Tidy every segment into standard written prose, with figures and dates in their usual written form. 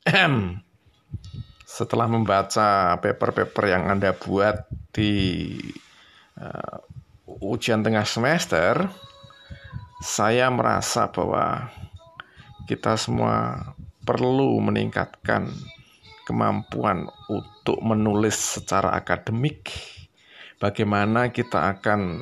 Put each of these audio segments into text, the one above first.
Setelah membaca paper-paper yang Anda buat di ujian tengah semester, saya merasa bahwa kita semua perlu meningkatkan kemampuan untuk menulis secara akademik. Bagaimana kita akan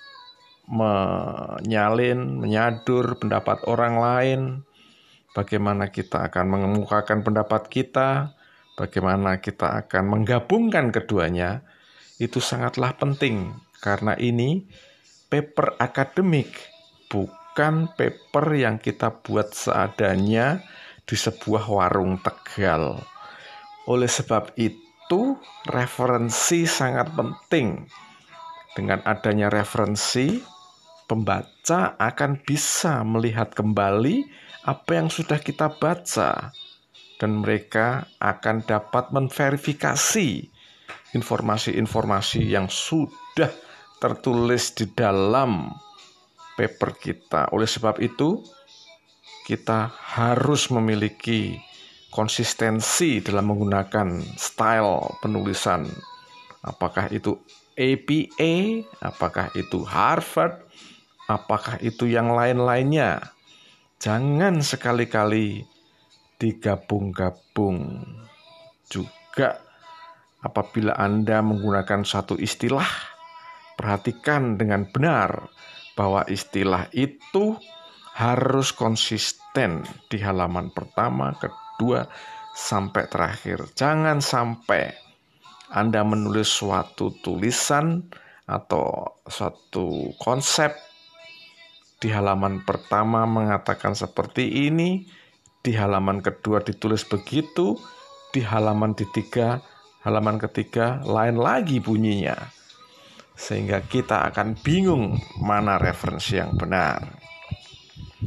menyadur pendapat orang lain, bagaimana kita akan mengemukakan pendapat kita, bagaimana kita akan menggabungkan keduanya, itu sangatlah penting. Karena ini paper akademik, bukan paper yang kita buat seadanya di sebuah warung Tegal. Oleh sebab itu, referensi sangat penting. Dengan adanya referensi, pembaca akan bisa melihat kembali apa yang sudah kita baca, dan mereka akan dapat memverifikasi informasi-informasi yang sudah tertulis di dalam paper kita. Oleh sebab itu, kita harus memiliki konsistensi dalam menggunakan style penulisan. Apakah itu APA, apakah itu Harvard, apakah itu yang lain-lainnya. Jangan sekali-kali digabung-gabung. Juga apabila Anda menggunakan satu istilah, perhatikan dengan benar bahwa istilah itu harus konsisten di halaman pertama, kedua, sampai terakhir. Jangan sampai Anda menulis suatu tulisan atau suatu konsep di halaman pertama mengatakan seperti ini, di halaman kedua ditulis begitu, di halaman ketiga lain lagi bunyinya. Sehingga kita akan bingung mana referensi yang benar.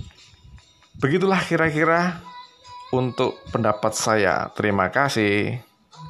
Begitulah kira-kira untuk pendapat saya. Terima kasih.